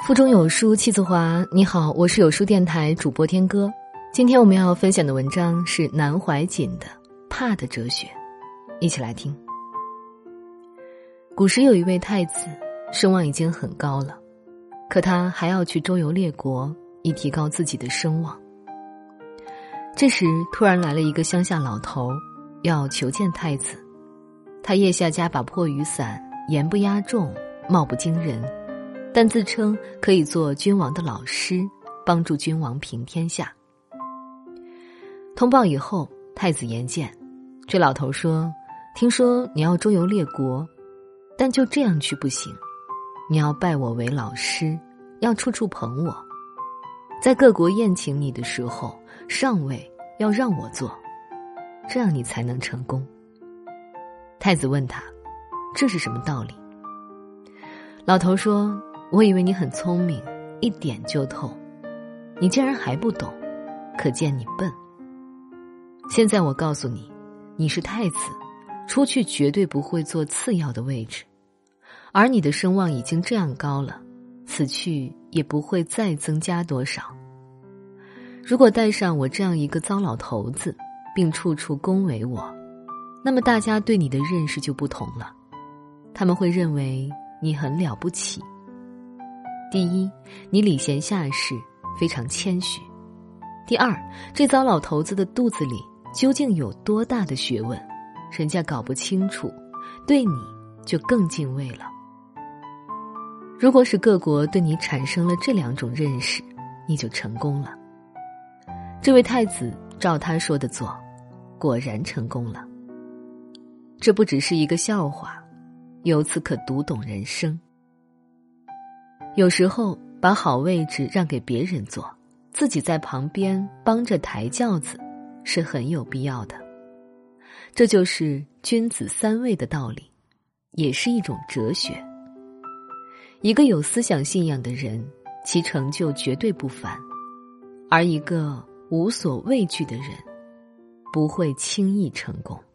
腹中有书气自华。你好，我是有书电台主播天歌。今天我们要分享的文章是南怀瑾的《怕的哲学》，一起来听。古时有一位太子，声望已经很高了，可他还要去周游列国，以提高自己的声望。这时突然来了一个乡下老头，要求见太子。他腋下夹把破雨伞，言不压众，貌不惊人，但自称可以做君王的老师，帮助君王平天下。通报以后，太子言见，这老头说：听说你要周游列国，但就这样去不行，你要拜我为老师，要处处捧我，在各国宴请你的时候，上位要让我做，这样你才能成功。太子问他，这是什么道理？老头说，我以为你很聪明，一点就透，你竟然还不懂，可见你笨。现在我告诉你，你是太子，出去绝对不会坐次要的位置，而你的声望已经这样高了，此去也不会再增加多少。如果带上我这样一个糟老头子，并处处恭维我，那么大家对你的认识就不同了，他们会认为你很了不起。第一，你礼贤下士，非常谦虚。第二，这糟老头子的肚子里究竟有多大的学问，人家搞不清楚，对你就更敬畏了。如果使各国对你产生了这两种认识，你就成功了。这位太子照他说的做，果然成功了。这不只是一个笑话，由此可读懂人生。有时候把好位置让给别人坐，自己在旁边帮着抬轿子，是很有必要的。这就是君子三位的道理，也是一种哲学。一个有思想信仰的人，其成就绝对不凡，而一个无所畏惧的人，不会轻易成功。